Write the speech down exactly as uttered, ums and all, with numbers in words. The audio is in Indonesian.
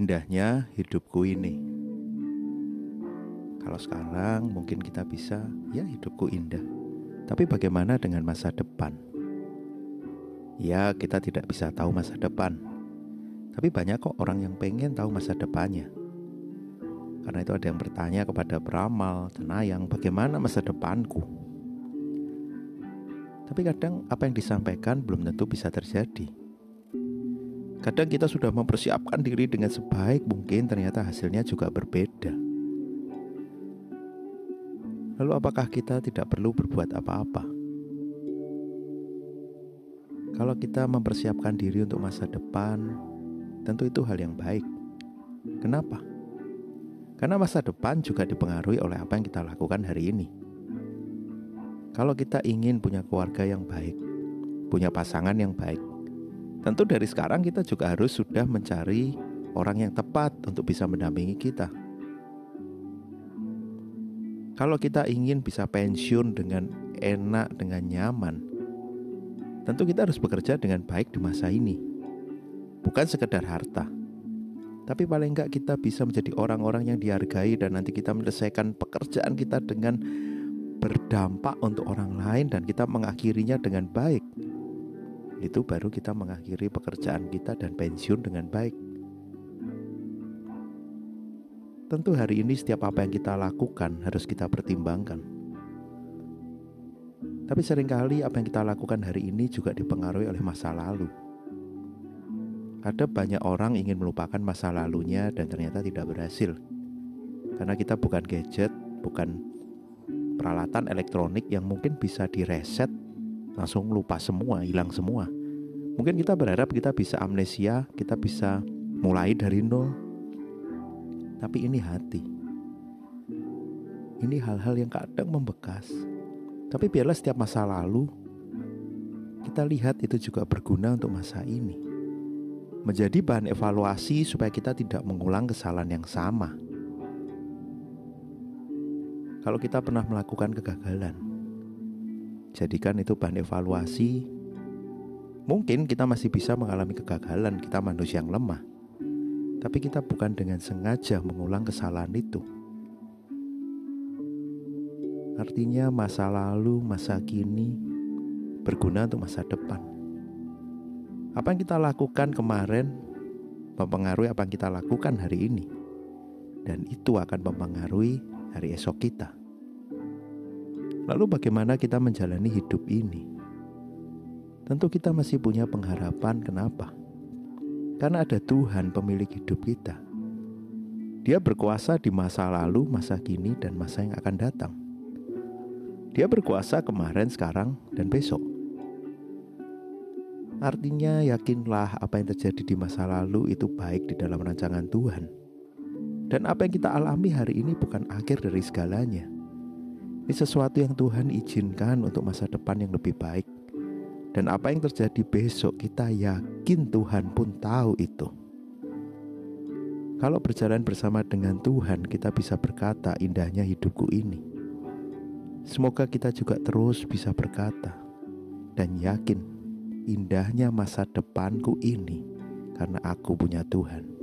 indahnya hidupku ini. Kalau sekarang mungkin kita bisa, ya hidupku indah. Tapi bagaimana dengan masa depan? Ya, kita tidak bisa tahu masa depan. Tapi banyak kok orang yang pengen tahu masa depannya. Karena itu ada yang bertanya kepada peramal, cenayang, bagaimana masa depanku? Tapi kadang apa yang disampaikan belum tentu bisa terjadi. Kadang kita sudah mempersiapkan diri dengan sebaik mungkin, ternyata hasilnya juga berbeda. Lalu apakah kita tidak perlu berbuat apa-apa? Kalau kita mempersiapkan diri untuk masa depan, tentu itu hal yang baik. Kenapa? Karena masa depan juga dipengaruhi oleh apa yang kita lakukan hari ini. Kalau kita ingin punya keluarga yang baik, punya pasangan yang baik, tentu dari sekarang kita juga harus sudah mencari orang yang tepat untuk bisa mendampingi kita. Kalau kita ingin bisa pensiun dengan enak, dengan nyaman, tentu kita harus bekerja dengan baik di masa ini. Bukan sekedar harta, tapi paling enggak kita bisa menjadi orang-orang yang dihargai dan nanti kita menyelesaikan pekerjaan kita dengan berdampak untuk orang lain dan kita mengakhirinya dengan baik. Itu baru kita mengakhiri pekerjaan kita dan pensiun dengan baik. Tentu hari ini setiap apa yang kita lakukan harus kita pertimbangkan. Tapi seringkali apa yang kita lakukan hari ini juga dipengaruhi oleh masa lalu. Ada banyak orang ingin melupakan masa lalunya dan ternyata tidak berhasil. Karena kita bukan gadget, bukan peralatan elektronik yang mungkin bisa direset, langsung lupa semua, hilang semua. Mungkin kita berharap kita bisa amnesia, kita bisa mulai dari nol. Tapi ini hati. Ini hal-hal yang kadang membekas. Tapi biarlah setiap masa lalu kita lihat itu juga berguna untuk masa ini. Menjadi bahan evaluasi supaya kita tidak mengulang kesalahan yang sama. Kalau kita pernah melakukan kegagalan, jadikan itu bahan evaluasi. Mungkin kita masih bisa mengalami kegagalan, kita manusia yang lemah. Tapi kita bukan dengan sengaja mengulang kesalahan itu. Artinya masa lalu, masa kini berguna untuk masa depan. Apa yang kita lakukan kemarin mempengaruhi apa yang kita lakukan hari ini. Dan itu akan mempengaruhi hari esok kita. Lalu bagaimana kita menjalani hidup ini? Tentu kita masih punya pengharapan. Kenapa? Karena ada Tuhan pemilik hidup kita. Dia berkuasa di masa lalu, masa kini, dan masa yang akan datang. Dia berkuasa kemarin, sekarang, dan besok. Artinya yakinlah apa yang terjadi di masa lalu itu baik di dalam rancangan Tuhan. Dan apa yang kita alami hari ini bukan akhir dari segalanya. Ini sesuatu yang Tuhan izinkan untuk masa depan yang lebih baik. Dan apa yang terjadi besok kita yakin Tuhan pun tahu itu. Kalau berjalan bersama dengan Tuhan, kita bisa berkata indahnya hidupku ini. Semoga kita juga terus bisa berkata dan yakin indahnya masa depanku ini karena aku punya Tuhan.